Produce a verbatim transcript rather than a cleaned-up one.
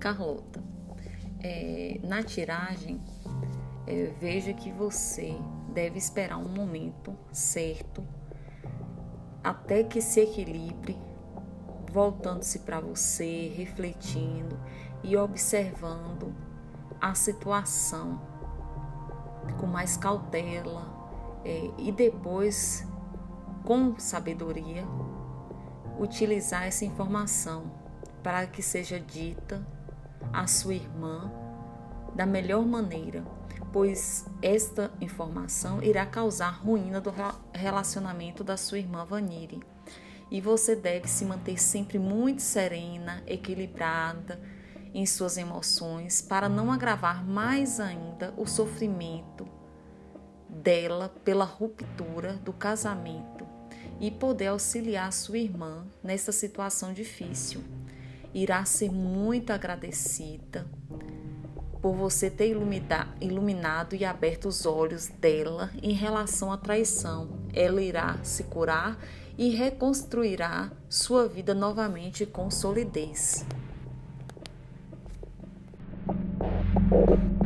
Carlota, é, na tiragem, é, vejo que você deve esperar um momento certo até que se equilibre, voltando-se para você, refletindo e observando a situação com mais cautela é, e depois, com sabedoria, utilizar essa informação para que seja dita à sua irmã da melhor maneira, pois esta informação irá causar ruína do relacionamento da sua irmã Vanille. E você deve se manter sempre muito serena, equilibrada em suas emoções, para não agravar mais ainda o sofrimento dela pela ruptura do casamento e poder auxiliar sua irmã nessa situação difícil. Irá ser muito agradecida por você ter iluminado e aberto os olhos dela em relação à traição. Ela irá se curar e reconstruirá sua vida novamente com solidez.